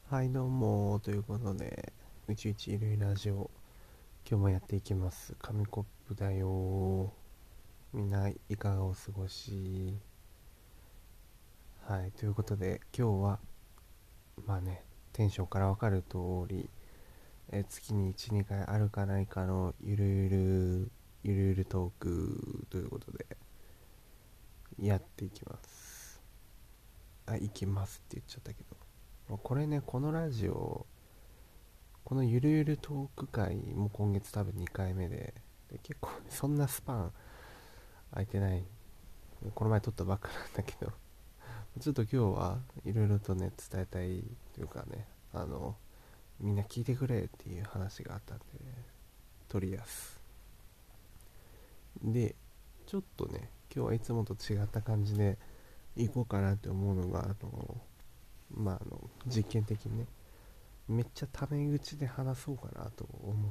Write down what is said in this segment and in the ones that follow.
はいどうもということで、うちうちいるラジオ、今日もやっていきます。紙コップだよ。みんないかがお過ごし？はい、ということで今日はまあね、テンションからわかる通り、月に1、2回あるかないかのゆるゆるトークということでやっていきます。いきますって言っちゃったけど、これね、このラジオ、このゆるゆるトーク会も今月多分2回目で、結構そんなスパン空いてない。この前撮ったばっかなんだけど、ちょっと今日はいろいろとね、伝えたいというかね、みんな聞いてくれっていう話があったんで、撮りやす。で、ちょっとね、今日はいつもと違った感じで行こうかなって思うのが、実験的にね、めっちゃタメ口で話そうかなと思って、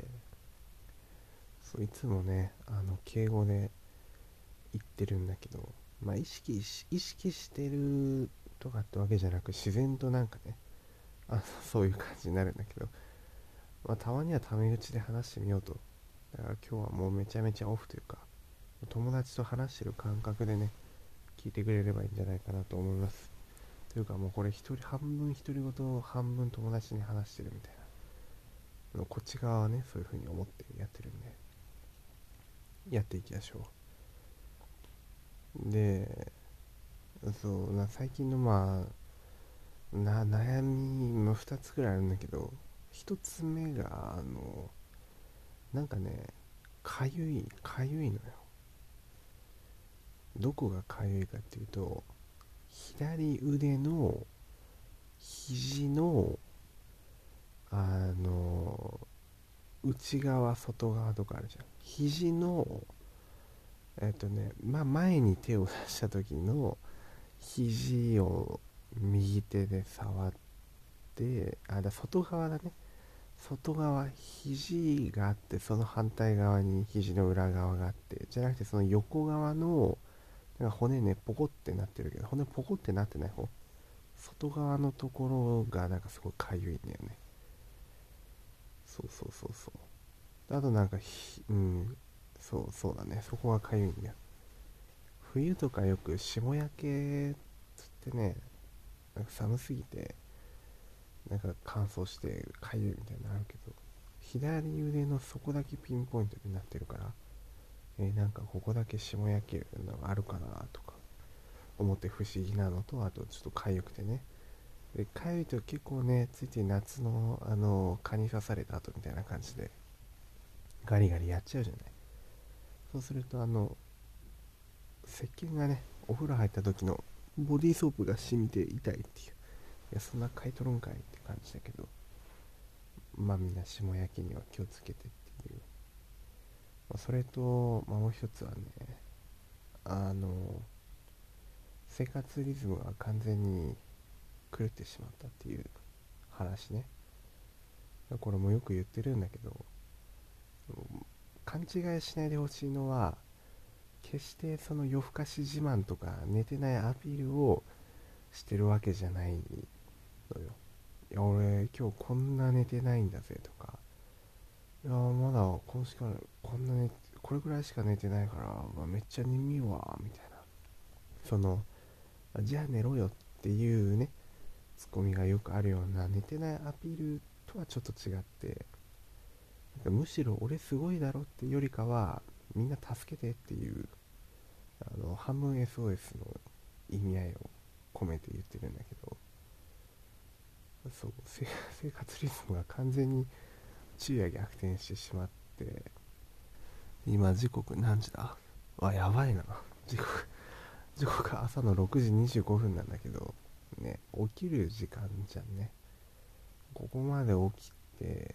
そういつもね、敬語で言ってるんだけど、意識してるとかってわけじゃなく、自然となんかね、そういう感じになるんだけど、たまにはタメ口で話してみようと。だから今日はもうめちゃめちゃオフというか、友達と話してる感覚でね、聞いてくれればいいんじゃないかなと思います。というかもうこれ半分独り言、半分友達に話してるみたいな。こっち側はね、そういう風に思ってやってるんで、やっていきましょう。で、最近の悩みも2つくらいあるんだけど、1つ目がなんかね、かゆいのよ。どこがかゆいかっていうと、左腕の肘のあの内側外側とかあるじゃん。肘の前に手を出した時の肘を右手で触って、外側だね。外側、肘があって、その反対側に肘の裏側があって、じゃなくてその横側の、なんか骨ね、ポコってなってるけど、骨ポコってなってない方、外側のところがなんかすごいかゆいんだよね。そうそうそうそう。あとなんかそうだね、そこがかゆいんだよ。冬とかよく霜焼けつってね、なんか寒すぎて、なんか乾燥してかゆいみたいなのあるけど、左腕のそこだけピンポイントになってるから、なんかここだけ霜焼けるのがあるかなとか思って不思議なのと、あとちょっと痒くてね。で、痒いと結構ね、ついて夏の蚊に刺された後みたいな感じでガリガリやっちゃうじゃない。そうすると石鹸がね、お風呂入った時のボディーソープが染みて痛いっていう。いや、そんな買い取るんかいって感じだけど、みんな霜焼けには気をつけてっていう。それと、もう一つはね、あの生活リズムが完全に狂ってしまったっていう話ね。これもよく言ってるんだけど、勘違いしないでほしいのは、決してその夜更かし自慢とか寝てないアピールをしてるわけじゃないのよ。いや、俺今日こんな寝てないんだぜとか、いやまだ今週からこんなこれぐらいしか寝てないから、めっちゃ眠いわみたいな、その、じゃあ寝ろよっていうね、ツッコミがよくあるような寝てないアピールとはちょっと違って、なんかむしろ俺すごいだろっていうよりかは、みんな助けてっていう、半分 SOS の意味合いを込めて言ってるんだけど、そう生活リズムが完全に昼夜逆転してしまって、今時刻何時だ。やばいな。時刻朝の6時25分なんだけどね、起きる時間じゃんね。ここまで起きて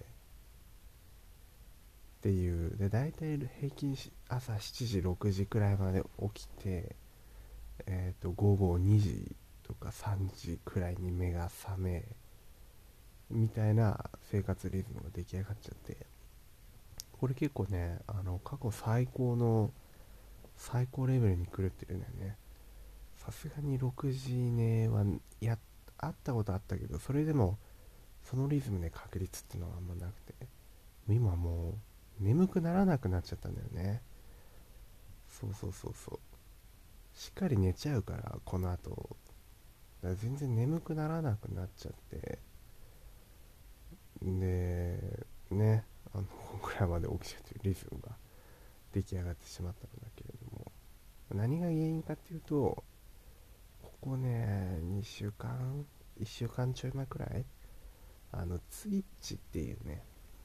っていうで、大体平均朝7時6時くらいまで起きて、午後2時とか3時くらいに目が覚めみたいな生活リズムが出来上がっちゃって、これ結構ね、過去最高レベルに狂ってるんだよね。さすがに6時寝は、いや、あっったことあったけど、それでもそのリズムで確率っていうのはあんまなくて、今もう眠くならなくなっちゃったんだよね。そうそうそうそう、しっかり寝ちゃうから、この後だから全然眠くならなくなっちゃって、でね、こんくらいまで起きちゃうというリズムが出来上がってしまったんだけれども、何が原因かっていうと、ここね2週間1週間ちょい前くらい、ツイッチっていうね、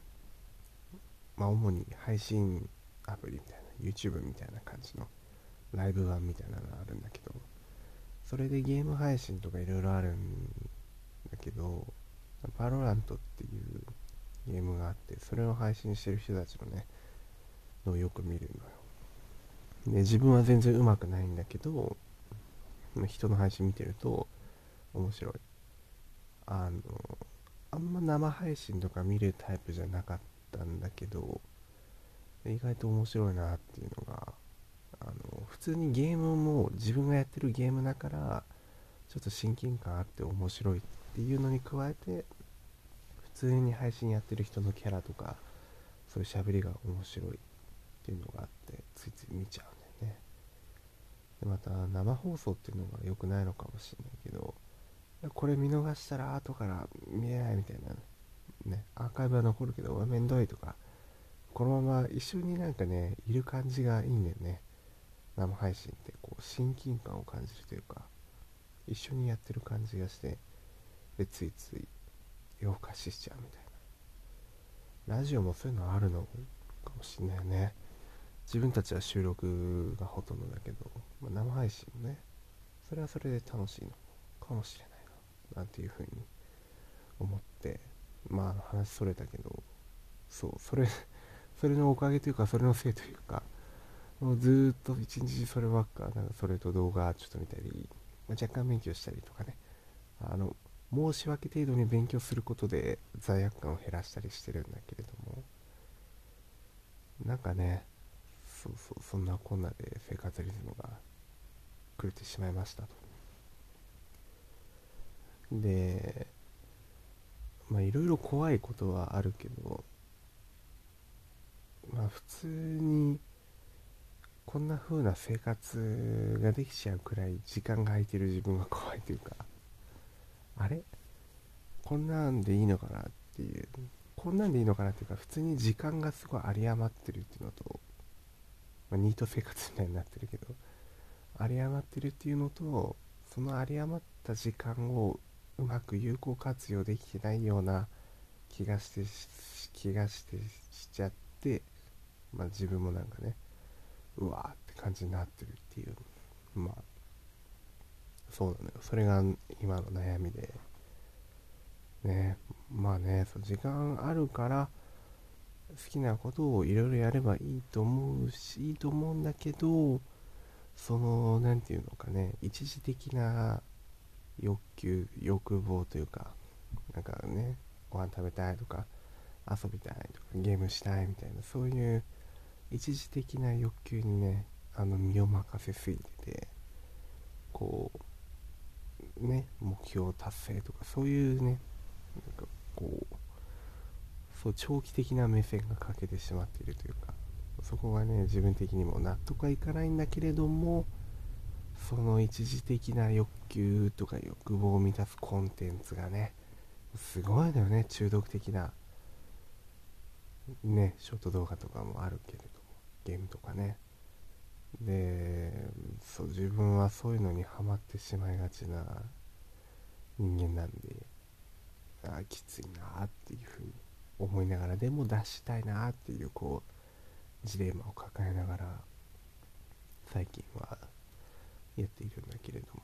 主に配信アプリみたいな YouTube みたいな感じのライブ版みたいなのがあるんだけど、それでゲーム配信とかいろいろあるんだけど、バロラントっていうゲームがあって、それを配信してる人たちのねのをよく見るのよ。で自分は全然上手くないんだけど、人の配信見てると面白い。あのあんま生配信とか見るタイプじゃなかったんだけど、意外と面白いなっていうのが、普通にゲームも自分がやってるゲームだからちょっと親近感あって面白いっていうのに加えて、普通に配信やってる人のキャラとかそういう喋りが面白いっていうのがあって、ついつい見ちゃうんだよね。でまた生放送っていうのが良くないのかもしれないけど、これ見逃したら後から見れないみたいなね、アーカイブは残るけどめんどいとか、このまま一緒になんかねいる感じがいいんだよね。生配信ってこう親近感を感じるというか、一緒にやってる感じがして、でついつい夜更かししちゃうみたいな。ラジオもそういうのあるのかもしれないよね。自分たちは収録がほとんどだけど、生配信もね、それはそれで楽しいのかもしれないな、なんていうふうに思って、話それたけど、そうそれのおかげというか、それのせいというか、もうずーっと一日そればっか、なんかそれと動画ちょっと見たり、若干勉強したりとかね、申し訳程度に勉強することで罪悪感を減らしたりしてるんだけれども、なんかね、そんなこんなで生活リズムが狂ってしまいましたと。でいろいろ怖いことはあるけど、普通にこんな風な生活ができちゃうくらい時間が空いてる自分が怖いというか、あれこんなんでいいのかなっていう、こんなんでいいのかなっていうか、普通に時間がすごい有り余ってるっていうのと、ニート生活みたいになってるけど、有り余ってるっていうのと、その有り余った時間をうまく有効活用できてないような気がしてしちゃって、自分もなんかね、うわーって感じになってるっていう、そうなのよ。それが今の悩みでね。そう時間あるから好きなことをいろいろやればいいと思うし、いいと思うんだけど、なんていうのかね、一時的な欲望というか、なんかね、ご飯食べたいとか遊びたいとかゲームしたいみたいな、そういう一時的な欲求にね、身を任せすぎてて、こ目標達成とかそういうね、なんかこうそう長期的な目線が欠けてしまっているというか、そこがね自分的にも納得はいかないんだけれども、その一時的な欲求とか欲望を満たすコンテンツがねすごいのよね。中毒的なねショート動画とかもあるけれども、ゲームとかね。で自分はそういうのにハマってしまいがちな人間なんで、きついなっていうふうに思いながら、でも出したいなっていうジレンマを抱えながら最近はやっているんだけれども、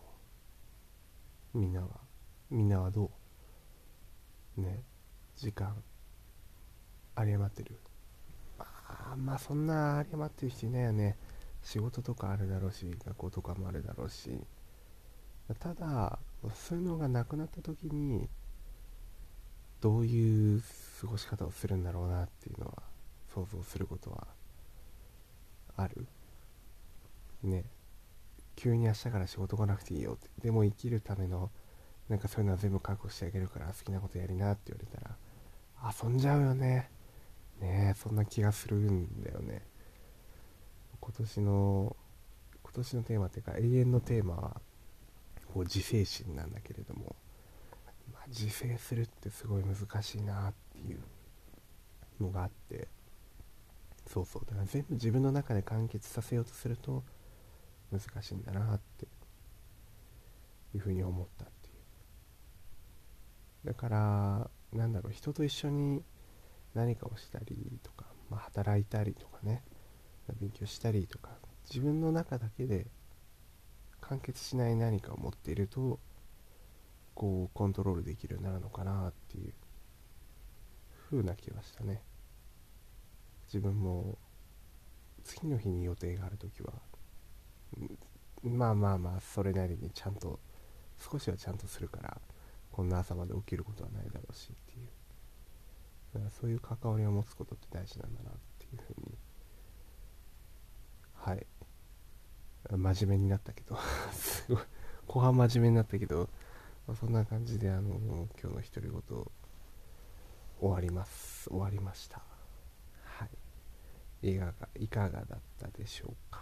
みんなはどうね、時間有り余ってる？そんな有り余ってる人いないよね。仕事とかあるだろうし、学校とかもあるだろうし、ただそういうのがなくなった時にどういう過ごし方をするんだろうなっていうのは想像することはあるね。急に明日から仕事来なくていいよって、でも生きるためのなんかそういうのは全部確保してあげるから好きなことやりなって言われたら遊んじゃうよね。ねえ、そんな気がするんだよね。今年の今年のテーマっていうか永遠のテーマはこう自制心なんだけれども、自制するってすごい難しいなっていうのがあって、そうそう、だから全部自分の中で完結させようとすると難しいんだなっていうふうに思ったっていう。だからなんだろう、人と一緒に何かをしたりとか、働いたりとかね、勉強したりとか、自分の中だけで完結しない何かを持っているとこうコントロールできるようになるのかなっていう風な気はしたね。自分も次の日に予定があるときは、それなりにちゃんと少しはちゃんとするから、こんな朝まで起きることはないだろうしっていう、だからそういう関わりを持つことって大事なんだなっていうふうに、はい、真面目になったけどすごい後半真面目になったけど、そんな感じで今日の独り言終わりました。はい、いかがだったでしょうか。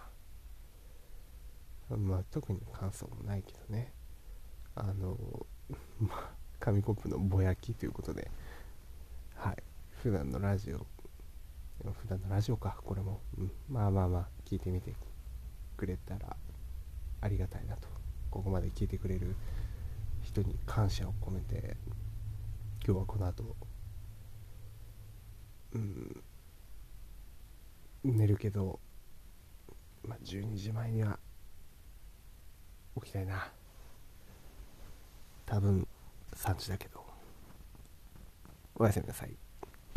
特に感想もないけどね、紙コップのぼやきということで、はい、普段のラジオかこれも、聞いてみてくれたらありがたいなと。ここまで聞いてくれる人に感謝を込めて、今日はこの後、寝るけど、12時前には起きたいな。多分3時だけど。おやすみなさい。